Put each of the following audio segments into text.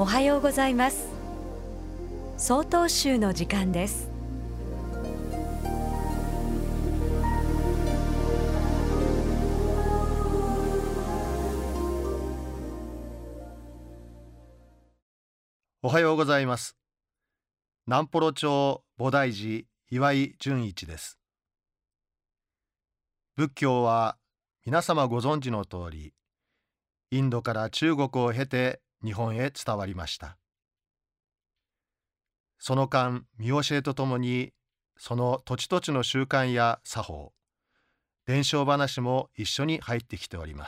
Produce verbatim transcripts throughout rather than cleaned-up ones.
おはようございます。総統集の時間です。 おはようございます。南幌町菩提寺岩井純一です。仏教は皆様ご存知の通り、インドから中国を経て日本へ伝わりました。その間、見教えとともに、その土地土地の習慣や作法、伝承話も一緒に入ってきております。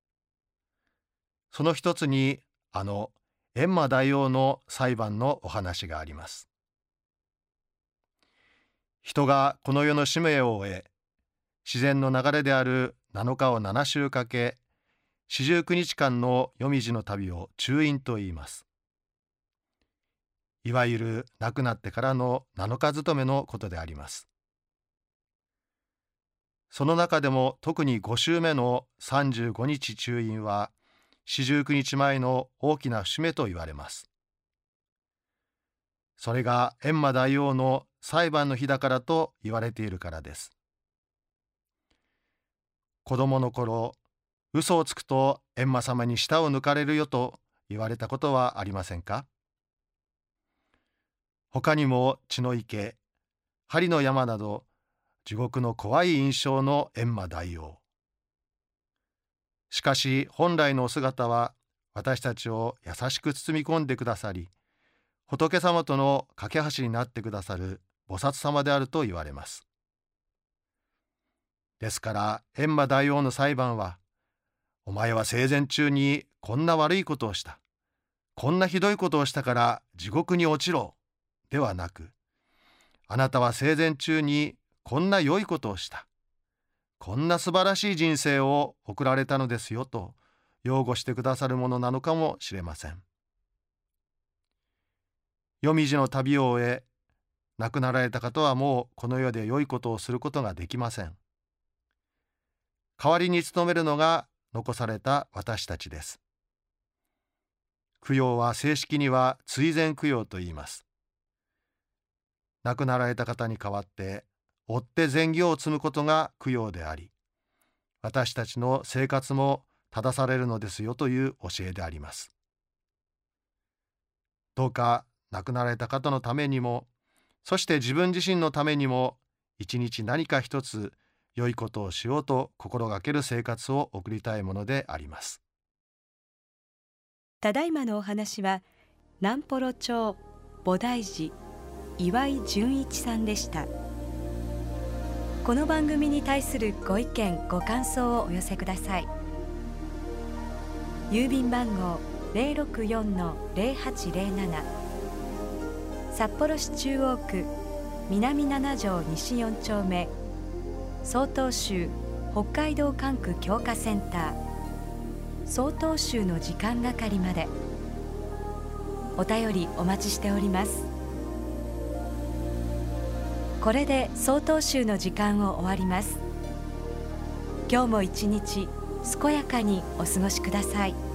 その一つに、あの閻魔大王の裁判のお話があります。人がこの世の使命を終え、自然の流れであるなのかをなな週かけ、四十九日間の夜道の旅を中陰と言います。いわゆる亡くなってからの七日勤めのことであります。その中でも特にご週目のさんじゅうごにち中陰は、四十九日前の大きな節目と言われます。それが閻魔大王の裁判の日だからと言われているからです。子供の頃、嘘をつくと閻魔様に舌を抜かれるよと言われたことはありませんか？他にも血の池、針の山など、地獄の怖い印象の閻魔大王。しかし本来のお姿は、私たちを優しく包み込んでくださり、仏様との架け橋になってくださる菩薩様であると言われます。ですから閻魔大王の裁判は、お前は生前中にこんな悪いことをした、こんなひどいことをしたから地獄に落ちろ、ではなく、あなたは生前中にこんな良いことをした、こんな素晴らしい人生を送られたのですよと擁護してくださるものなのかもしれません。夜道の旅を終え、亡くなられた方はもうこの世で良いことをすることができません。代わりに務めるのが残された私たちです。供養は正式には追善供養と言います。亡くなられた方に代わって追って善行を積むことが供養であり、私たちの生活も正されるのですよという教えであります。どうか亡くなられた方のためにも、そして自分自身のためにも、一日何か一つ良いことをしようと心がける生活を送りたいものであります。 ただいまのお話は、南幌町菩提寺岩井純一さんでした。この番組に対するご意見ご感想をお寄せください。郵便番号 ゼロろくよんのゼロはちゼロなな、 札幌市中央区南なな条西よん丁目、曹洞宗北海道管区強化センター曹洞宗の時間係まで。お便りお待ちしております。これで曹洞宗の時間を終わります。今日も一日健やかにお過ごしください。